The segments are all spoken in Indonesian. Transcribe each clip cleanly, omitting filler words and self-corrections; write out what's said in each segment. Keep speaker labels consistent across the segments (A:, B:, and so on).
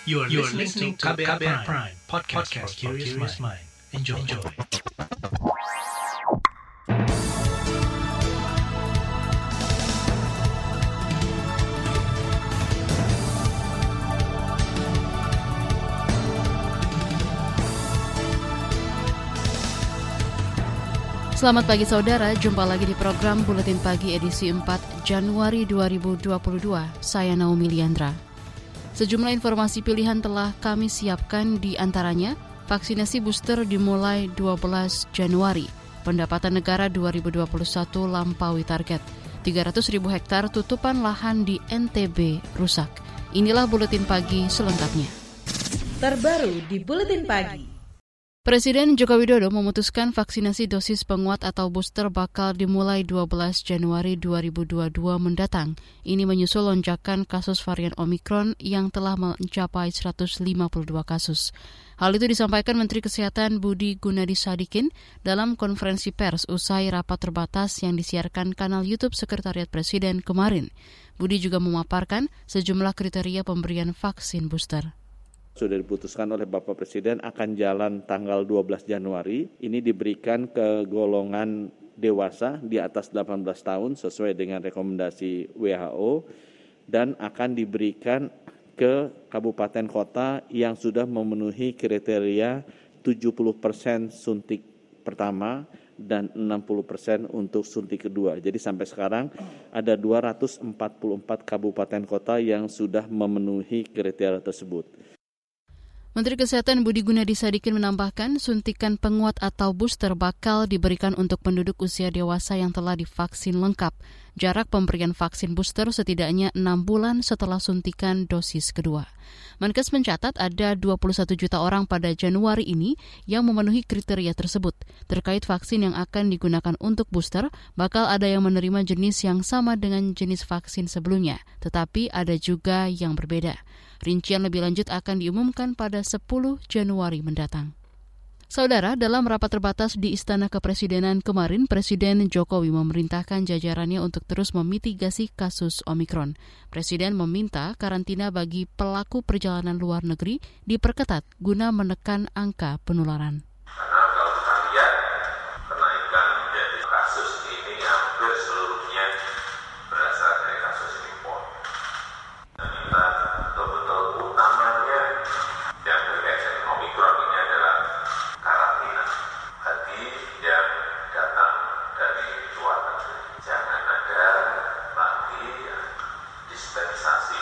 A: You are listening to KBR Prime, podcast for curious mind. Enjoy.
B: Selamat pagi saudara, jumpa lagi di program Buletin Pagi edisi 4 Januari 2022. Saya Naomi Liandra. Sejumlah informasi pilihan telah kami siapkan, di antaranya vaksinasi booster dimulai 12 Januari. Pendapatan negara 2021 lampaui target. 300.000 hektar tutupan lahan di NTB rusak. Inilah Buletin Pagi selengkapnya.
C: Terbaru di Buletin Pagi.
B: Presiden Joko Widodo memutuskan vaksinasi dosis penguat atau booster bakal dimulai 12 Januari 2022 mendatang. Ini menyusul lonjakan kasus varian Omikron yang telah mencapai 152 kasus. Hal itu disampaikan Menteri Kesehatan Budi Gunadi Sadikin dalam konferensi pers usai rapat terbatas yang disiarkan kanal YouTube Sekretariat Presiden kemarin. Budi juga memaparkan sejumlah kriteria pemberian vaksin booster.
D: Sudah diputuskan oleh Bapak Presiden akan jalan tanggal 12 Januari. Ini diberikan ke golongan dewasa di atas 18 tahun sesuai dengan rekomendasi WHO dan akan diberikan ke kabupaten kota yang sudah memenuhi kriteria 70% suntik pertama dan 60% untuk suntik kedua. Jadi sampai sekarang ada 244 kabupaten kota yang sudah memenuhi kriteria tersebut.
B: Menteri Kesehatan Budi Gunadi Sadikin menambahkan suntikan penguat atau booster bakal diberikan untuk penduduk usia dewasa yang telah divaksin lengkap. Jarak pemberian vaksin booster setidaknya 6 bulan setelah suntikan dosis kedua. Menkes mencatat ada 21 juta orang pada Januari ini yang memenuhi kriteria tersebut. Terkait vaksin yang akan digunakan untuk booster, bakal ada yang menerima jenis yang sama dengan jenis vaksin sebelumnya, tetapi ada juga yang berbeda. Rincian lebih lanjut akan diumumkan pada 10 Januari mendatang. Saudara, dalam rapat terbatas di Istana Kepresidenan kemarin, Presiden Jokowi memerintahkan jajarannya untuk terus memitigasi kasus Omikron. Presiden meminta karantina bagi pelaku perjalanan luar negeri diperketat guna menekan angka penularan.
E: Karena kalau kita lihat kenaikan dari kasus ini hampir seluruhnya berasal dari kasus impor. Dan kita betul-betul utamanya yang berkaitan dengan Omikron ini adalah karantina bagi yang datang dari luar negeri. Jangan ada lagi dispensasi,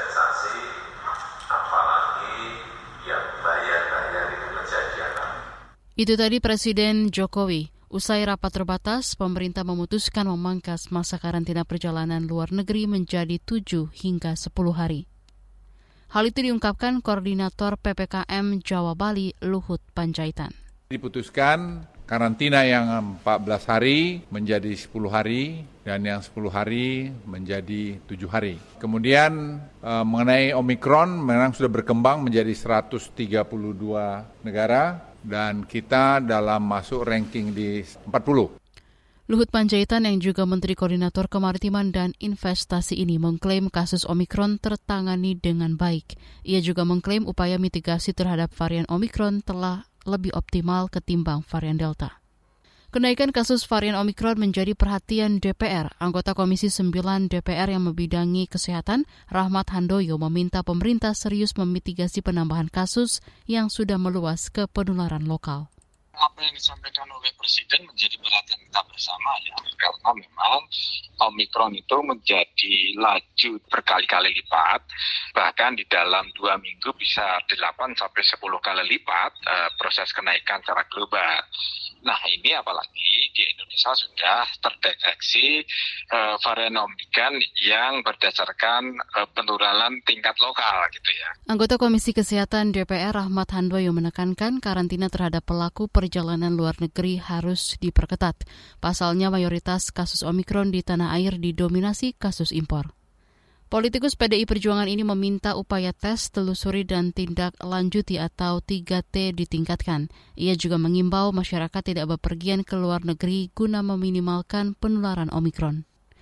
E: apalagi yang bayar-bayar itu menjadi anak.
B: Itu tadi Presiden Jokowi. Usai rapat terbatas, pemerintah memutuskan memangkas masa karantina perjalanan luar negeri menjadi 7 hingga 10 hari. Hal itu diungkapkan Koordinator PPKM Jawa Bali, Luhut Panjaitan.
F: Diputuskan karantina yang 14 hari menjadi 10 hari dan yang 10 hari menjadi 7 hari. Kemudian mengenai Omikron memang sudah berkembang menjadi 132 negara. Dan kita dalam masuk ranking di 40.
B: Luhut Panjaitan yang juga Menteri Koordinator Kemaritiman dan Investasi ini mengklaim kasus Omikron tertangani dengan baik. Ia juga mengklaim upaya mitigasi terhadap varian Omikron telah lebih optimal ketimbang varian Delta. Kenaikan kasus varian Omikron menjadi perhatian DPR. Anggota Komisi 9 DPR yang membidangi kesehatan, Rahmat Handoyo, meminta pemerintah serius memitigasi penambahan kasus yang sudah meluas ke penularan lokal.
G: Apa yang disampaikan oleh Presiden menjadi perhatian kita bersama ya, karena memang Omikron itu menjadi laju berkali-kali lipat, bahkan di dalam 2 minggu bisa 8-10 kali lipat proses kenaikan secara global. Nah ini apalagi di Indonesia sudah terdeteksi varian Omikron yang berdasarkan penularan tingkat lokal gitu ya.
B: Anggota Komisi Kesehatan DPR Rahmat Handoyo menekankan karantina terhadap pelaku perjalanan luar negeri harus diperketat. Pasalnya mayoritas kasus Omikron di tanah air didominasi kasus impor. Politikus PDI Perjuangan ini meminta upaya tes, telusuri, dan tindak lanjuti atau 3T ditingkatkan. Ia juga mengimbau masyarakat tidak bepergian ke luar negeri guna meminimalkan penularan Omikron.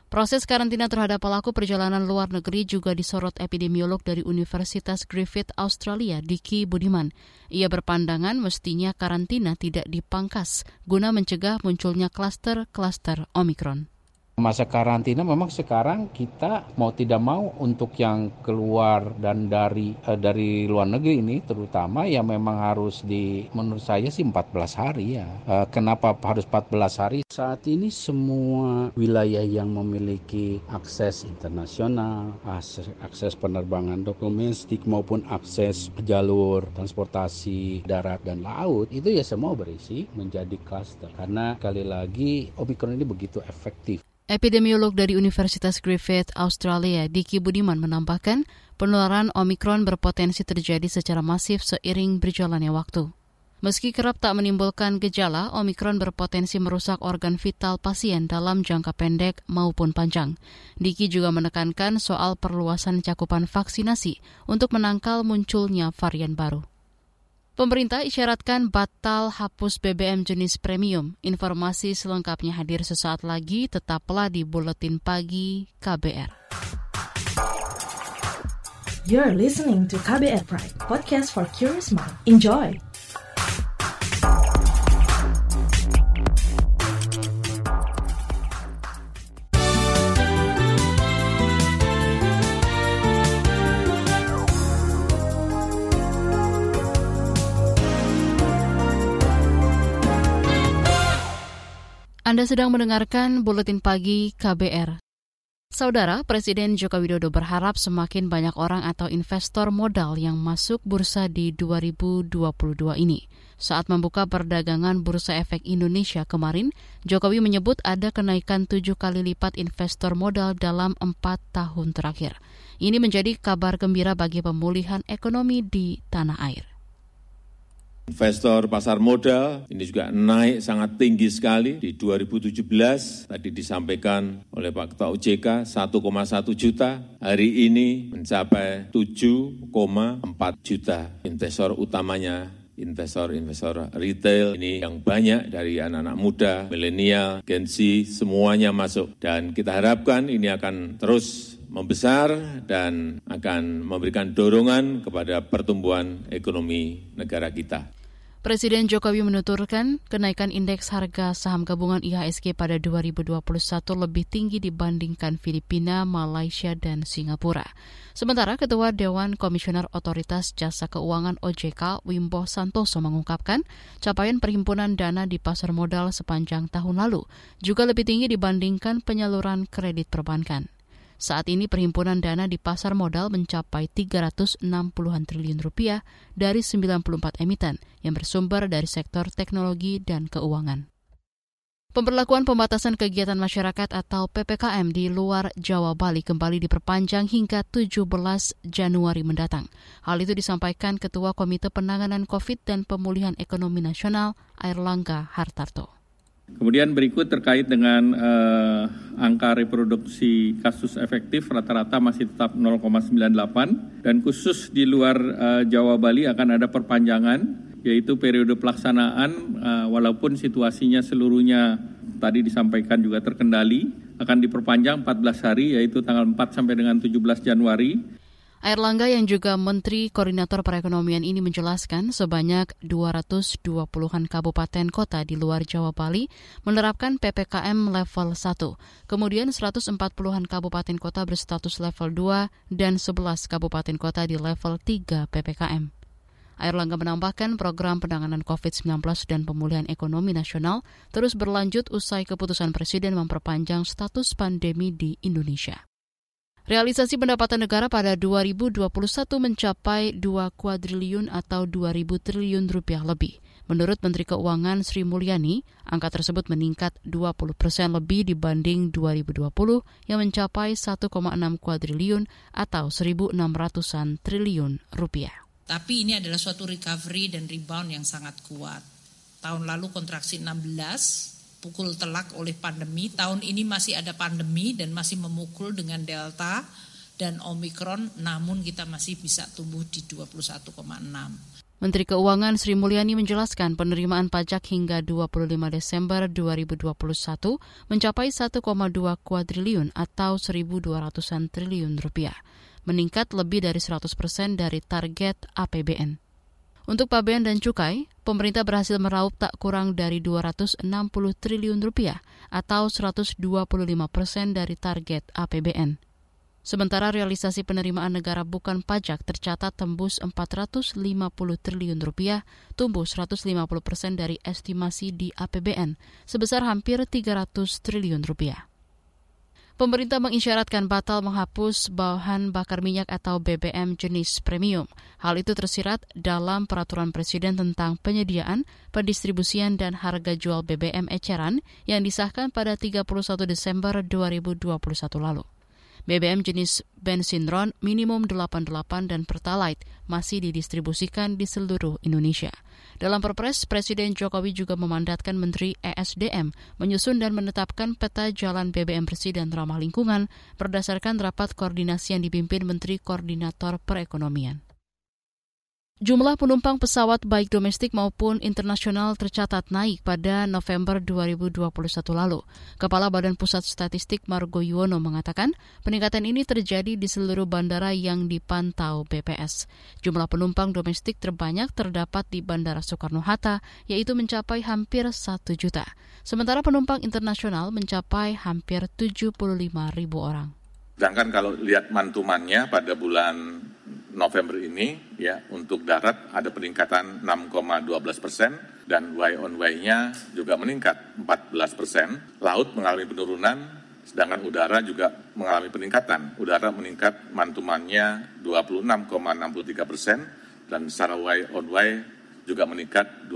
B: Proses karantina terhadap pelaku perjalanan luar negeri juga disorot epidemiolog dari Universitas Griffith Australia, Diki Budiman. Ia berpandangan mestinya karantina tidak dipangkas guna mencegah munculnya klaster-klaster Omikron.
H: Masa karantina memang sekarang kita mau tidak mau untuk yang keluar dan dari luar negeri ini terutama ya memang harus menurut saya sih 14 hari ya. Kenapa harus 14 hari? Saat ini semua wilayah yang memiliki akses internasional, akses penerbangan domestik maupun akses jalur transportasi darat dan laut itu ya semua berisi menjadi klaster. Karena sekali lagi Omikron ini begitu efektif.
B: Epidemiolog dari Universitas Griffith Australia, Diki Budiman menambahkan, penularan Omikron berpotensi terjadi secara masif seiring berjalannya waktu. Meski kerap tak menimbulkan gejala, Omikron berpotensi merusak organ vital pasien dalam jangka pendek maupun panjang. Diki juga menekankan soal perluasan cakupan vaksinasi untuk menangkal munculnya varian baru. Pemerintah isyaratkan batal hapus BBM jenis premium. Informasi selengkapnya hadir sesaat lagi, tetaplah di Buletin Pagi KBR.
C: You're listening to KBR Pride, podcast for curious mind. Enjoy!
B: Anda sedang mendengarkan Buletin Pagi KBR. Saudara, Presiden Joko Widodo berharap semakin banyak orang atau investor modal yang masuk bursa di 2022 ini. Saat membuka perdagangan Bursa Efek Indonesia kemarin, Jokowi menyebut ada kenaikan 7 kali lipat investor modal dalam 4 tahun terakhir. Ini menjadi kabar gembira bagi pemulihan ekonomi di tanah air.
I: Investor pasar modal ini juga naik sangat tinggi sekali di 2017. Tadi disampaikan oleh Pak Ketua OJK 1,1 juta. Hari ini mencapai 7,4 juta. Investor utamanya investor retail ini yang banyak dari anak-anak muda, milenial, Gen Z, semuanya masuk. Dan kita harapkan ini akan terus membesar dan akan memberikan dorongan kepada pertumbuhan ekonomi negara kita.
B: Presiden Jokowi menuturkan kenaikan indeks harga saham gabungan IHSG pada 2021 lebih tinggi dibandingkan Filipina, Malaysia, dan Singapura. Sementara Ketua Dewan Komisioner Otoritas Jasa Keuangan OJK, Wimbo Santoso mengungkapkan capaian perhimpunan dana di pasar modal sepanjang tahun lalu juga lebih tinggi dibandingkan penyaluran kredit perbankan. Saat ini perhimpunan dana di pasar modal mencapai 360-an triliun rupiah dari 94 emiten yang bersumber dari sektor teknologi dan keuangan. Pemberlakuan pembatasan kegiatan masyarakat atau PPKM di luar Jawa Bali kembali diperpanjang hingga 17 Januari mendatang. Hal itu disampaikan Ketua Komite Penanganan COVID dan Pemulihan Ekonomi Nasional, Airlangga Hartarto.
J: Kemudian berikut terkait dengan angka reproduksi kasus efektif rata-rata masih tetap 0,98 dan khusus di luar Jawa Bali akan ada perpanjangan yaitu periode pelaksanaan walaupun situasinya seluruhnya tadi disampaikan juga terkendali akan diperpanjang 14 hari yaitu tanggal 4 sampai dengan 17 Januari.
B: Airlangga yang juga Menteri Koordinator Perekonomian ini menjelaskan sebanyak 220-an kabupaten kota di luar Jawa Bali menerapkan PPKM level 1. Kemudian 140-an kabupaten kota berstatus level 2 dan 11 kabupaten kota di level 3 PPKM. Airlangga menambahkan program penanganan COVID-19 dan pemulihan ekonomi nasional terus berlanjut usai keputusan Presiden memperpanjang status pandemi di Indonesia. Realisasi pendapatan negara pada 2021 mencapai 2 kuadriliun atau 2.000 triliun rupiah lebih. Menurut Menteri Keuangan Sri Mulyani, angka tersebut meningkat 20% lebih dibanding 2020 yang mencapai 1,6 kuadriliun atau 1.600-an triliun rupiah.
K: Tapi ini adalah suatu recovery dan rebound yang sangat kuat. Tahun lalu kontraksi 16%, pukul telak oleh pandemi. Tahun ini masih ada pandemi dan masih memukul dengan Delta dan Omikron, namun kita masih bisa tumbuh di 21,6.
B: Menteri Keuangan Sri Mulyani menjelaskan penerimaan pajak hingga 25 Desember 2021 mencapai 1,2 kuadriliun atau 1.200-an triliun rupiah, meningkat lebih dari 100% dari target APBN. Untuk pabean dan cukai, pemerintah berhasil meraup tak kurang dari 260 triliun rupiah atau 125% dari target APBN. Sementara realisasi penerimaan negara bukan pajak tercatat tembus 450 triliun rupiah, tumbuh 150% dari estimasi di APBN, sebesar hampir 300 triliun rupiah. Pemerintah mengisyaratkan batal menghapus bahan bakar minyak atau BBM jenis premium. Hal itu tersirat dalam Peraturan Presiden tentang penyediaan, pendistribusian dan harga jual BBM eceran yang disahkan pada 31 Desember 2021 lalu. BBM jenis bensin RON minimum 88 dan Pertalite masih didistribusikan di seluruh Indonesia. Dalam Perpres, Presiden Jokowi juga memandatkan Menteri ESDM menyusun dan menetapkan peta jalan BBM bersih dan ramah lingkungan berdasarkan rapat koordinasi yang dipimpin Menteri Koordinator Perekonomian. Jumlah penumpang pesawat baik domestik maupun internasional tercatat naik pada November 2021 lalu. Kepala Badan Pusat Statistik Margo Yuwono mengatakan peningkatan ini terjadi di seluruh bandara yang dipantau BPS. Jumlah penumpang domestik terbanyak terdapat di Bandara Soekarno-Hatta, yaitu mencapai hampir 1 juta. Sementara penumpang internasional mencapai hampir 75.000 orang.
L: Sedangkan kalau lihat mantumannya pada bulan November ini, ya untuk darat ada peningkatan 6,12% dan Y-on-Y-nya juga meningkat 14%. Laut mengalami penurunan, sedangkan udara juga mengalami peningkatan. Udara meningkat mantumannya 26,63% dan secara Y-on-Y juga meningkat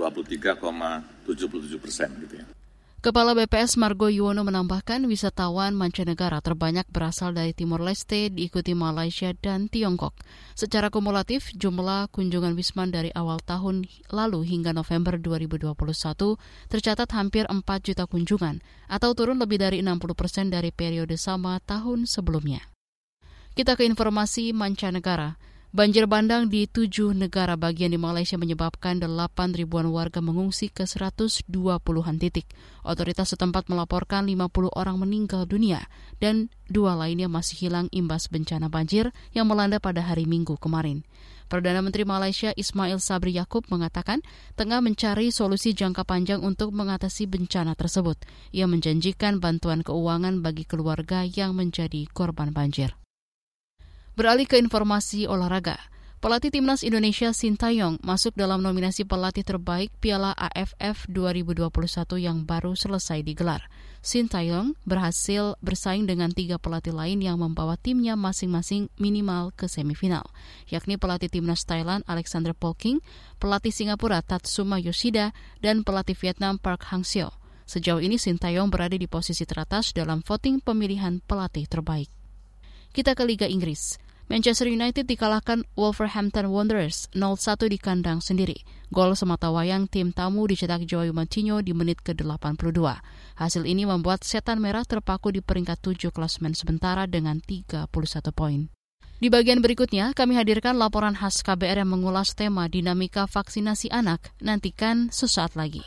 L: 23,77% gitu ya.
B: Kepala BPS Margo Yuwono menambahkan wisatawan mancanegara terbanyak berasal dari Timor Leste, diikuti Malaysia dan Tiongkok. Secara kumulatif, jumlah kunjungan Wisman dari awal tahun lalu hingga November 2021 tercatat hampir 4 juta kunjungan, atau turun lebih dari 60% dari periode sama tahun sebelumnya. Kita ke informasi mancanegara. Banjir bandang di 7 negara bagian di Malaysia menyebabkan 8.000-an warga mengungsi ke 120-an titik. Otoritas setempat melaporkan 50 orang meninggal dunia dan 2 lainnya masih hilang imbas bencana banjir yang melanda pada hari Minggu kemarin. Perdana Menteri Malaysia Ismail Sabri Yaakob mengatakan tengah mencari solusi jangka panjang untuk mengatasi bencana tersebut. Ia menjanjikan bantuan keuangan bagi keluarga yang menjadi korban banjir. Beralih ke informasi olahraga, pelatih timnas Indonesia Sintayong masuk dalam nominasi pelatih terbaik Piala AFF 2021 yang baru selesai digelar. Sintayong berhasil bersaing dengan 3 pelatih lain yang membawa timnya masing-masing minimal ke semifinal, yakni pelatih timnas Thailand Alexander Polking, pelatih Singapura Tatsuma Yoshida, dan pelatih Vietnam Park Hang-seo. Sejauh ini Sintayong berada di posisi teratas dalam voting pemilihan pelatih terbaik. Kita ke Liga Inggris. Manchester United dikalahkan Wolverhampton Wanderers 0-1 di kandang sendiri. Gol sematawayang tim tamu dicetak Joao Moutinho di menit ke-82. Hasil ini membuat Setan Merah terpaku di peringkat 7 klasemen sementara dengan 31 poin. Di bagian berikutnya, kami hadirkan laporan khas KBR yang mengulas tema dinamika vaksinasi anak. Nantikan sesaat lagi.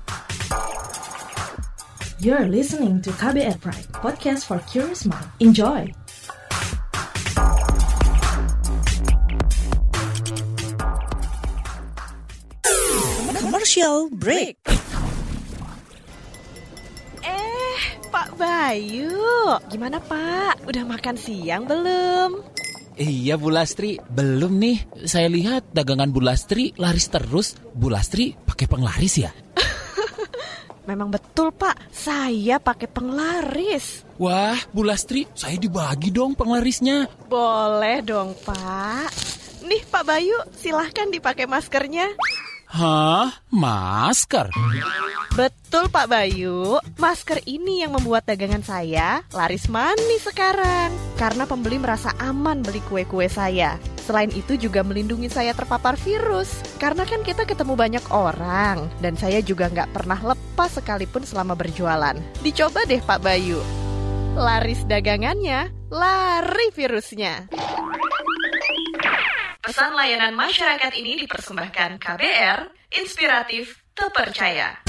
C: You're listening to KBR Pride, podcast for curious mind. Enjoy!
M: Commercial break.
N: Pak Bayu, gimana Pak? Udah makan siang belum?
O: Iya Bu Lastri, belum nih. Saya lihat dagangan Bu Lastri laris terus. Bu Lastri pakai penglaris ya?
N: Memang betul Pak, saya pakai penglaris.
O: Wah, Bu Lastri, saya dibagi dong penglarisnya.
N: Boleh dong Pak. Nih Pak Bayu, silahkan dipakai maskernya.
O: Hah? Masker?
N: Betul Pak Bayu, masker ini yang membuat dagangan saya laris manis sekarang. Karena pembeli merasa aman beli kue-kue saya. Selain itu juga melindungi saya terpapar virus. Karena kan kita ketemu banyak orang. Dan saya juga nggak pernah lepas sekalipun selama berjualan. Dicoba deh Pak Bayu. Laris dagangannya, lari virusnya. Pesan layanan masyarakat ini dipersembahkan KBR, inspiratif, terpercaya.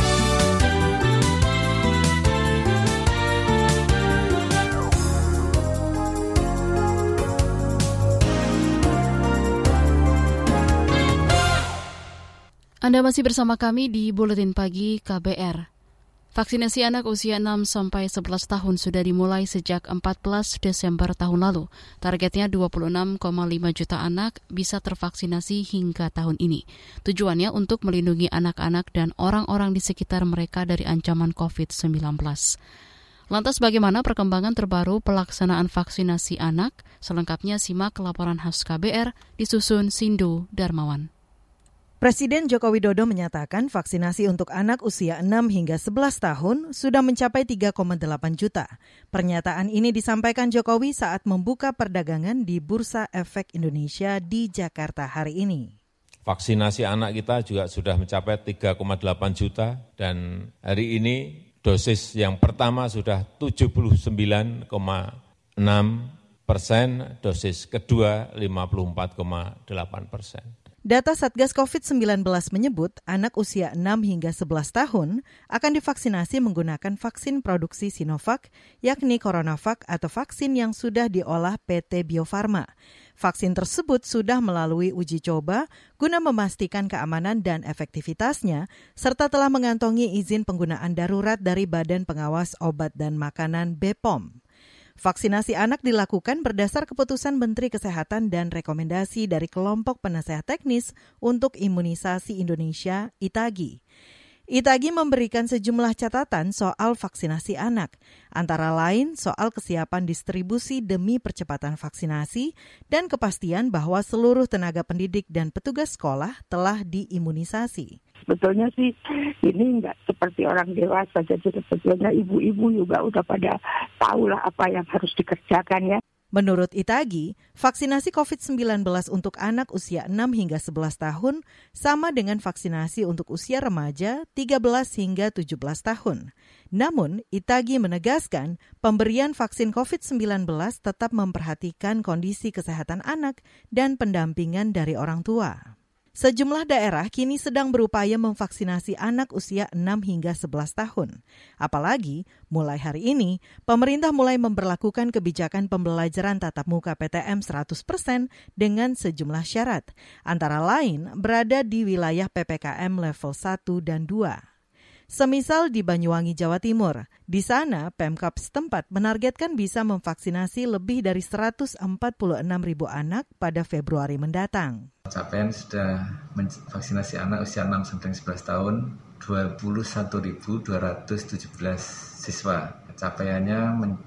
B: Anda masih bersama kami di Buletin Pagi KBR. Vaksinasi anak usia 6-11 tahun sudah dimulai sejak 14 Desember tahun lalu. Targetnya 26,5 juta anak bisa tervaksinasi hingga tahun ini. Tujuannya untuk melindungi anak-anak dan orang-orang di sekitar mereka dari ancaman COVID-19. Lantas bagaimana perkembangan terbaru pelaksanaan vaksinasi anak? Selengkapnya simak laporan khas KBR disusun Sindu Darmawan.
M: Presiden Joko Widodo menyatakan vaksinasi untuk anak usia 6 hingga 11 tahun sudah mencapai 3,8 juta. Pernyataan ini disampaikan Jokowi saat membuka perdagangan di Bursa Efek Indonesia di Jakarta hari ini.
I: Vaksinasi anak kita juga sudah mencapai 3,8 juta dan hari ini dosis yang pertama sudah 79,6%, dosis kedua 54,8%.
M: Data Satgas COVID-19 menyebut anak usia 6 hingga 11 tahun akan divaksinasi menggunakan vaksin produksi Sinovac, yakni CoronaVac atau vaksin yang sudah diolah PT Bio Farma. Vaksin tersebut sudah melalui uji coba guna memastikan keamanan dan efektivitasnya, serta telah mengantongi izin penggunaan darurat dari Badan Pengawas Obat dan Makanan BPOM. Vaksinasi anak dilakukan berdasar keputusan Menteri Kesehatan dan rekomendasi dari Kelompok Penasehat Teknis untuk Imunisasi Indonesia, ITAGI. ITAGI memberikan sejumlah catatan soal vaksinasi anak, antara lain soal kesiapan distribusi demi percepatan vaksinasi dan kepastian bahwa seluruh tenaga pendidik dan petugas sekolah telah diimunisasi.
P: Sebetulnya sih ini nggak seperti orang dewasa, jadi sebetulnya ibu-ibu juga udah pada tahu lah apa yang harus dikerjakan ya.
M: Menurut ITAGI, vaksinasi COVID-19 untuk anak usia 6 hingga 11 tahun sama dengan vaksinasi untuk usia remaja 13 hingga 17 tahun. Namun, ITAGI menegaskan pemberian vaksin COVID-19 tetap memperhatikan kondisi kesehatan anak dan pendampingan dari orang tua. Sejumlah daerah kini sedang berupaya memvaksinasi anak usia 6 hingga 11 tahun. Apalagi, mulai hari ini, pemerintah mulai memberlakukan kebijakan pembelajaran tatap muka PTM 100% dengan sejumlah syarat, antara lain berada di wilayah PPKM level 1 dan 2. Semisal di Banyuwangi, Jawa Timur. Di sana, Pemkab setempat menargetkan bisa memvaksinasi lebih dari 146.000 anak pada Februari mendatang.
Q: Capaian sudah vaksinasi anak usia 6-11 tahun 21.217 siswa. Capaiannya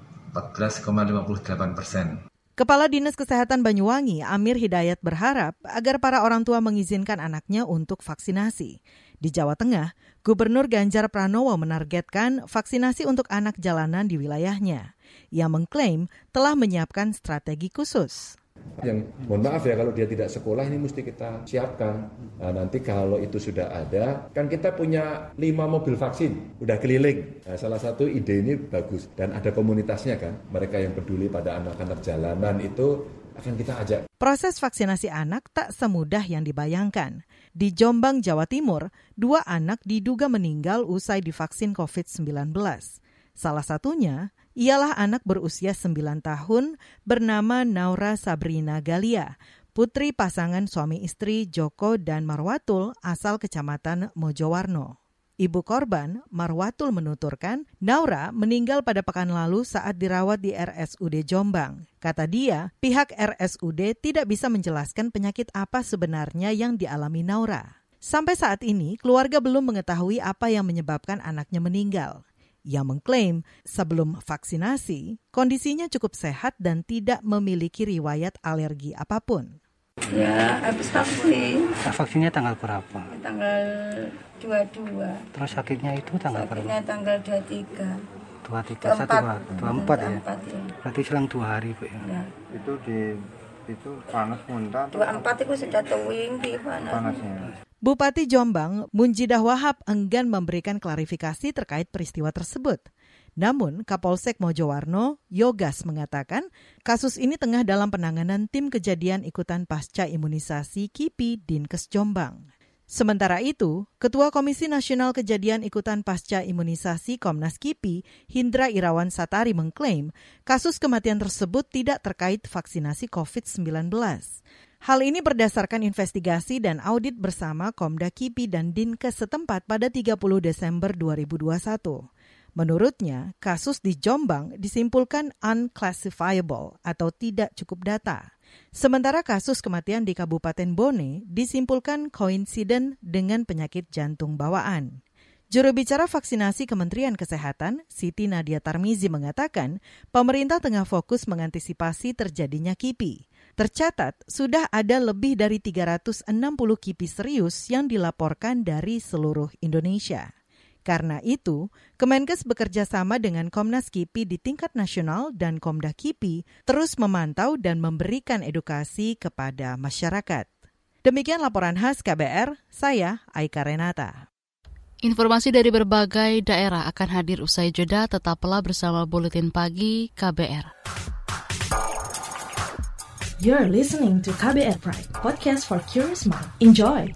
Q: 14,58%.
M: Kepala Dinas Kesehatan Banyuwangi, Amir Hidayat berharap agar para orang tua mengizinkan anaknya untuk vaksinasi. Di Jawa Tengah, Gubernur Ganjar Pranowo menargetkan vaksinasi untuk anak jalanan di wilayahnya. Ia mengklaim telah menyiapkan strategi khusus.
R: Yang mohon maaf ya kalau dia tidak sekolah ini mesti kita siapkan. Nah, nanti kalau itu sudah ada, kan kita punya 5 mobil vaksin, udah keliling. Nah, salah satu ide ini bagus dan ada komunitasnya kan. Mereka yang peduli pada anak-anak jalanan itu akan kita ajak.
M: Proses vaksinasi anak tak semudah yang dibayangkan. Di Jombang, Jawa Timur, 2 anak diduga meninggal usai divaksin COVID-19. Salah satunya ialah anak berusia 9 tahun bernama Naura Sabrina Galia, putri pasangan suami istri Joko dan Marwatul asal Kecamatan Mojowarno. Ibu korban, Marwatul, menuturkan Naura meninggal pada pekan lalu saat dirawat di RSUD Jombang. Kata dia, pihak RSUD tidak bisa menjelaskan penyakit apa sebenarnya yang dialami Naura. Sampai saat ini, keluarga belum mengetahui apa yang menyebabkan anaknya meninggal. Ia mengklaim sebelum vaksinasi, kondisinya cukup sehat dan tidak memiliki riwayat alergi apapun.
S: Ya, habis vaksin.
T: Vaksinnya tanggal berapa?
S: Tanggal 22.
T: Terus sakitnya itu tanggal berapa?
S: Sakitnya tanggal 23.
T: 24 ya? Berarti selang 2 hari, Bu.
S: Ya.
U: Itu panas muntah.
S: 24 itu sudah tinggi panasnya.
M: Bupati Jombang, Munjidah Wahab enggan memberikan klarifikasi terkait peristiwa tersebut. Namun, Kapolsek Mojowarno, Yogas mengatakan kasus ini tengah dalam penanganan tim kejadian ikutan pasca imunisasi KIPI Dinkes Jombang. Sementara itu, Ketua Komisi Nasional Kejadian Ikutan Pasca Imunisasi Komnas KIPI, Hindra Irawan Satari mengklaim kasus kematian tersebut tidak terkait vaksinasi COVID-19. Hal ini berdasarkan investigasi dan audit bersama Komda KIPI dan Dinkes setempat pada 30 Desember 2021. Menurutnya, kasus di Jombang disimpulkan unclassifiable atau tidak cukup data. Sementara kasus kematian di Kabupaten Bone disimpulkan koinsiden dengan penyakit jantung bawaan. Juru bicara vaksinasi Kementerian Kesehatan, Siti Nadia Tarmizi mengatakan, pemerintah tengah fokus mengantisipasi terjadinya KIPI. Tercatat, sudah ada lebih dari 360 KIPI serius yang dilaporkan dari seluruh Indonesia. Karena itu, Kemenkes bekerja sama dengan Komnas KIPI di tingkat nasional dan Komda KIPI terus memantau dan memberikan edukasi kepada masyarakat. Demikian laporan khas KBR, saya Aika Renata.
B: Informasi dari berbagai daerah akan hadir usai jeda, tetaplah bersama Buletin Pagi KBR.
C: You're listening to KBR Pride, podcast for curious mind. Enjoy!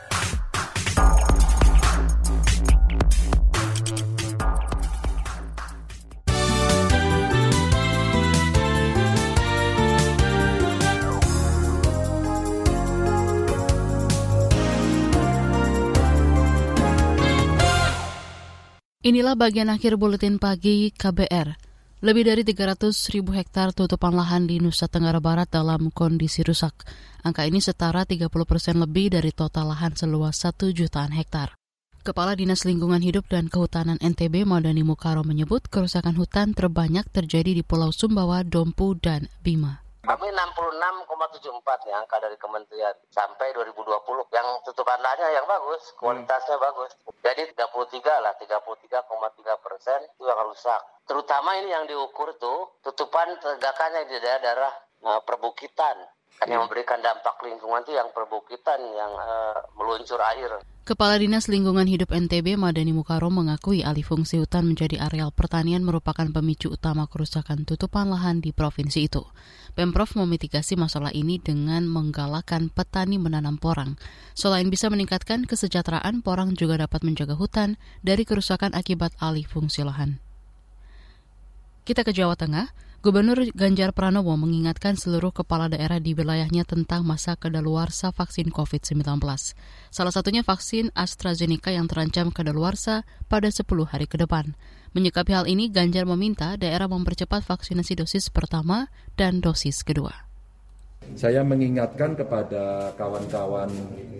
B: Inilah bagian akhir Buletin Pagi KBR. Lebih dari 300.000 hektar tutupan lahan di Nusa Tenggara Barat dalam kondisi rusak. Angka ini setara 30% lebih dari total lahan seluas 1 jutaan hektar. Kepala Dinas Lingkungan Hidup dan Kehutanan NTB Mardani Mucharo menyebut kerusakan hutan terbanyak terjadi di Pulau Sumbawa, Dompu, dan Bima.
A: Kami 66,74 nih angka dari kementerian sampai 2020. Yang tutupan lahannya yang bagus, kualitasnya bagus. Jadi 33 lah, 33,3% itu yang rusak. Terutama ini yang diukur tuh tutupan tegakannya di daerah-daerah perbukitan. Kan yang memberikan dampak lingkungan itu yang perbukitan yang meluncur air.
B: Kepala Dinas Lingkungan Hidup NTB Mardani Mucharo mengakui alih fungsi hutan menjadi areal pertanian merupakan pemicu utama kerusakan tutupan lahan di provinsi itu. Pemprov memitigasi masalah ini dengan menggalakkan petani menanam porang. Selain bisa meningkatkan kesejahteraan, porang juga dapat menjaga hutan dari kerusakan akibat alih fungsi lahan. Kita ke Jawa Tengah. Gubernur Ganjar Pranowo mengingatkan seluruh kepala daerah di wilayahnya tentang masa kadaluarsa vaksin COVID-19. Salah satunya vaksin AstraZeneca yang terancam kadaluarsa pada 10 hari ke depan. Menyikapi hal ini, Ganjar meminta daerah mempercepat vaksinasi dosis pertama dan dosis kedua.
R: Saya mengingatkan kepada kawan-kawan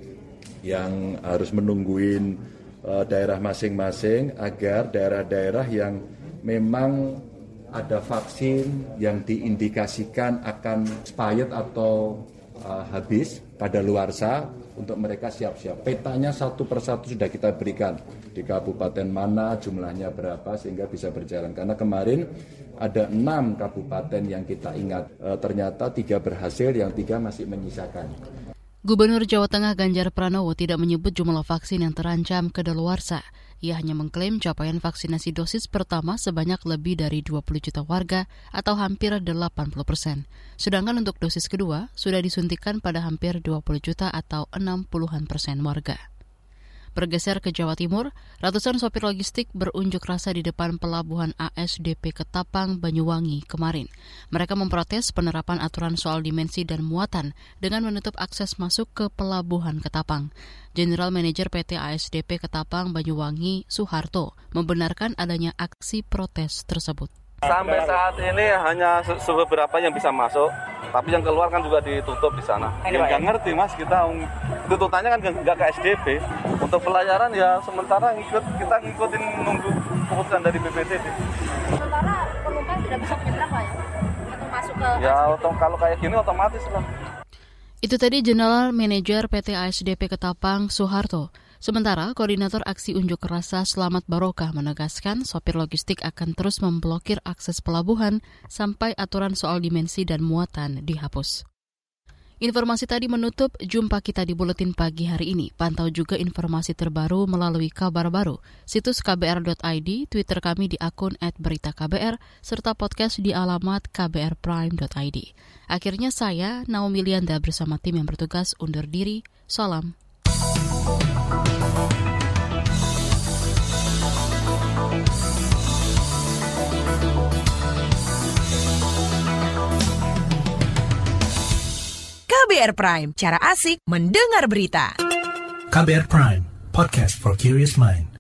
R: yang harus menungguin daerah masing-masing agar daerah-daerah yang memang ada vaksin yang diindikasikan akan expired atau habis kadaluarsa untuk mereka siap-siap. Petanya satu persatu sudah kita berikan di kabupaten mana, jumlahnya berapa sehingga bisa berjalan. Karena kemarin ada 6 kabupaten yang kita ingat, ternyata 3 berhasil, yang 3 masih menyisakan.
B: Gubernur Jawa Tengah Ganjar Pranowo tidak menyebut jumlah vaksin yang terancam kadaluarsa. Ia hanya mengklaim capaian vaksinasi dosis pertama sebanyak lebih dari 20 juta warga atau hampir 80%. Sedangkan untuk dosis kedua sudah disuntikan pada hampir 20 juta atau 60% warga. Bergeser ke Jawa Timur, ratusan sopir logistik berunjuk rasa di depan pelabuhan ASDP Ketapang, Banyuwangi kemarin. Mereka memprotes penerapan aturan soal dimensi dan muatan dengan menutup akses masuk ke pelabuhan Ketapang. General Manager PT ASDP Ketapang, Banyuwangi, Suharto, membenarkan adanya aksi protes tersebut.
V: Sampai saat ini hanya beberapa yang bisa masuk, tapi yang keluar kan juga ditutup di sana. Nggak ngerti mas, kita tuntutannya kan nggak ke SDP. Untuk pelayaran ya sementara kita ngikutin nunggu keputusan dari BPTD.
W: Sementara penumpang tidak bisa menyeberang lah ya, untuk masuk ke.
V: Ya kalau kayak gini otomatis lah.
B: Itu tadi General Manager PT ASDP Ketapang, Suharto. Sementara, Koordinator Aksi Unjuk Rasa Selamat Barokah menegaskan sopir logistik akan terus memblokir akses pelabuhan sampai aturan soal dimensi dan muatan dihapus. Informasi tadi menutup jumpa kita di Buletin Pagi hari ini. Pantau juga informasi terbaru melalui kabar baru, situs kbr.id, Twitter kami di akun @beritaKBR, serta podcast di alamat kbrprime.id. Akhirnya saya, Naomi Lianda bersama tim yang bertugas undur diri. Salam.
D: KBR Prime, cara asik mendengar berita.
E: KBR Prime, podcast for curious mind.